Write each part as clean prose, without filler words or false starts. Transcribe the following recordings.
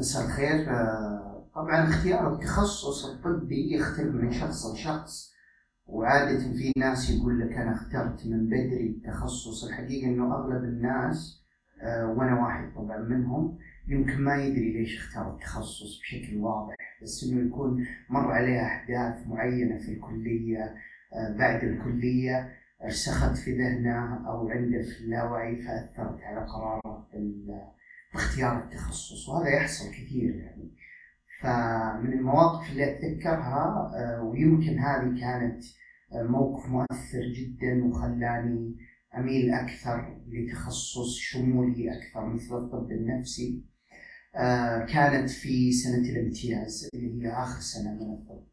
مساء الخير. طبعا اختيار التخصص الطبي يختلف من شخص لشخص، وعادة في ناس يقول لك أنا اخترت من بدري التخصص. الحقيقة إنه أغلب الناس وأنا واحد طبعا منهم يمكن ما يدري ليش اختار التخصص بشكل واضح، بس إنه يكون مر عليه أحداث معينة في الكلية، بعد الكلية رسخت في ذهنه أو عنده في اللاوعي فأثرت على قراره باختيار التخصص، وهذا يحصل كثير يعني. فمن المواقف اللي أتذكرها ويمكن هذه كانت موقف مؤثر جدا وخلاني أميل أكثر لتخصص شمولي أكثر مثل الطب النفسي، كانت في سنة الامتياز اللي هي آخر سنة من الطب.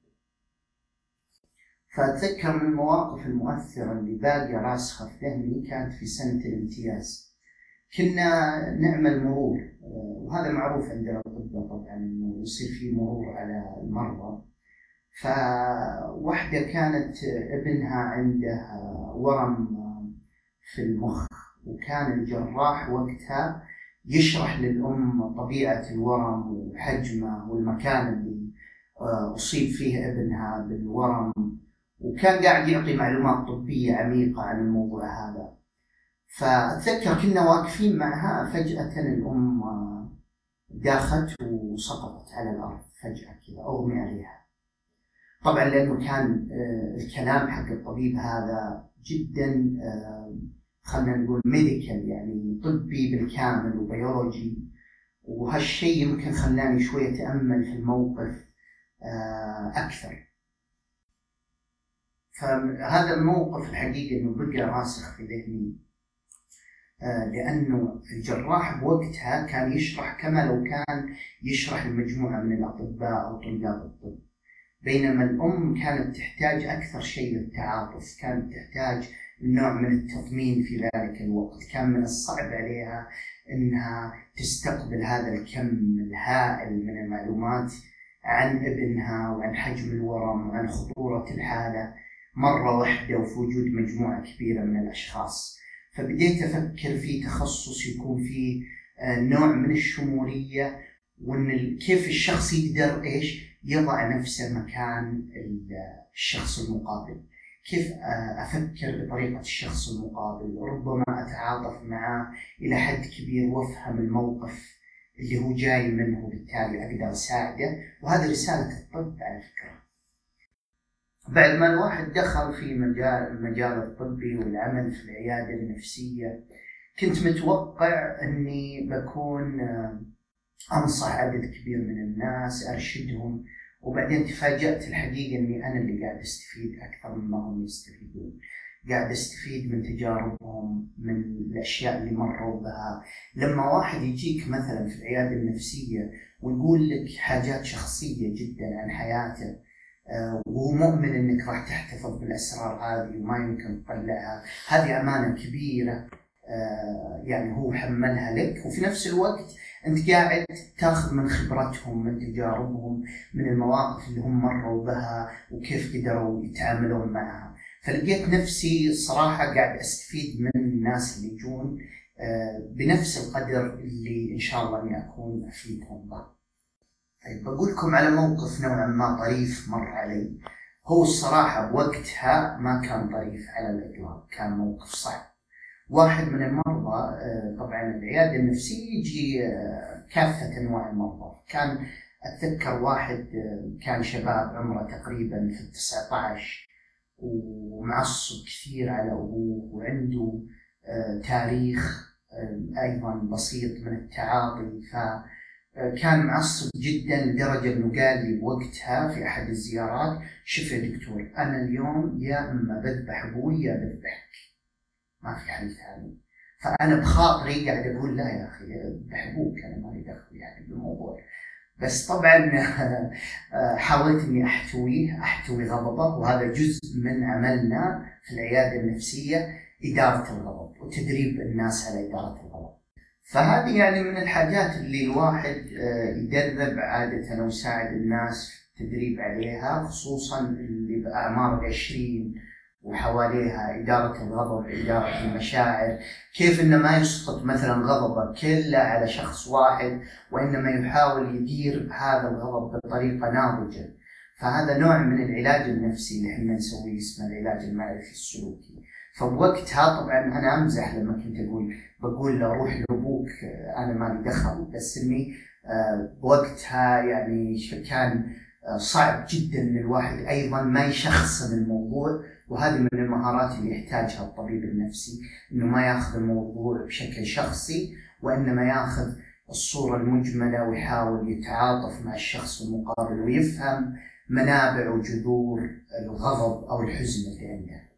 فأتذكر من المواقف المؤثرة اللي باقية راسخة في ذهني كانت في سنة الامتياز. كنا نعمل مرور، وهذا معروف عند الأطباء طبعا إنه يصير فيه مرور على المرضى. فواحدة كانت ابنها عنده ورم في المخ، وكان الجراح وقتها يشرح للأم طبيعة الورم وحجمه والمكان اللي أصيب فيه ابنها بالورم، وكان قاعد يعطي معلومات طبية عميقة عن الموضوع هذا. فأتذكر كنا واقفين معها، فجأة الأم داخت وسقطت على الأرض فجأة كذا، أغمي عليها. طبعا لأنه كان الكلام حق الطبيب هذا جدا خلنا نقول ميديكال، يعني طبي بالكامل وبيولوجي، وهالشيء يمكن خلاني شوية أتأمل في الموقف أكثر. فهذا الموقف الحقيقة إنه بقى راسخ في ذهني، لأنه الجراح بوقتها كان يشرح كما لو كان يشرح لمجموعة من الأطباء أو طلاب الطب، بينما الأم كانت تحتاج أكثر شيء للتعاطف، كانت تحتاج نوع من التطمين في ذلك الوقت. كان من الصعب عليها أنها تستقبل هذا الكم الهائل من المعلومات عن ابنها وعن حجم الورم وعن خطورة الحالة مرة واحدة وفي وجود مجموعة كبيرة من الأشخاص. فبديت أفكر في تخصص يكون فيه نوع من الشمولية، وأن كيف الشخص يقدر يضع نفسه مكان الشخص المقابل، كيف أفكر بطريقة الشخص المقابل، ربما أتعاطف معه إلى حد كبير وأفهم الموقف اللي هو جاي منه، وبالتالي أقدر أساعده. وهذه رسالة الطب على فكرة. بعد ما الواحد دخل في المجال الطبي والعمل في العيادة النفسية، كنت متوقع أني بكون أنصح عدد كبير من الناس، أرشدهم، وبعدين تفاجأت الحقيقة أني أنا اللي قاعد أستفيد أكثر مما هم يستفيدون. قاعد أستفيد من تجاربهم، من الأشياء اللي مروا بها. لما واحد يجيك مثلا في العيادة النفسية ويقول لك حاجات شخصية جدا عن حياته، وهو مؤمن أنك راح تحتفظ بالأسرار هذه وما يمكن تطلعها، هذه أمانة كبيرة يعني هو حملها لك، وفي نفس الوقت أنت قاعد تاخذ من خبرتهم، من تجاربهم، من المواقف اللي هم مروا بها وكيف قدروا يتعاملون معها. فلقيت نفسي صراحة قاعد أستفيد من الناس اللي يجون بنفس القدر اللي إن شاء الله أني أكون أفيدهم به. طيب بقول لكم على موقف نوعا ما طريف مر علي. هو الصراحة بوقتها ما كان طريف على الإطلاق، كان موقف صعب. واحد من المرضى، طبعا العيادة النفسية يجي كافة أنواع المرضى، كان أتذكر واحد كان شباب عمره تقريبا في 19 ومعصب كثير على أبوه، وعنده تاريخ أيضا بسيط من التعاطي. فكان معصب جدا لدرجة أنه قال لي بوقتها في أحد الزيارات: شوف يا دكتور، أنا اليوم يا إما بذبح أبوي يا بذبحك، ما في حل ثاني. فأنا بخاطري قاعد أقول لا يا أخي بحبوك، أنا ما لي دخل يعني بالموضوع. بس طبعا حاولت إني أحتوي غضبه، وهذا جزء من عملنا في العيادة النفسية، إدارة الغضب وتدريب الناس على إدارة الغضب. فهذه يعني من الحاجات اللي الواحد يدرب عادة أو يساعد الناس في التدريب عليها، خصوصا اللي بأعمار 20 وحواليها إدارة الغضب، إدارة المشاعر، كيف إنه ما يسقط مثلا غضبه كله على شخص واحد، وإنما يحاول يدير هذا الغضب بطريقة ناضجة. فهذا نوع من العلاج النفسي اللي احنا نسويه اسمه العلاج المعرفي السلوكي. فبوقتها طبعا أنا أمزح لما كنت بقول له روح لأبوك، أنا مالي دخل، بس إني بوقتها يعني كان صعب جدا ان الواحد ايضا ما يشخصن الموضوع، وهذه من المهارات اللي يحتاجها الطبيب النفسي، انه ما ياخذ الموضوع بشكل شخصي، وانما ياخذ الصورة المجملة ويحاول يتعاطف مع الشخص المقابل ويفهم منابع وجذور الغضب او الحزن اللي عنده.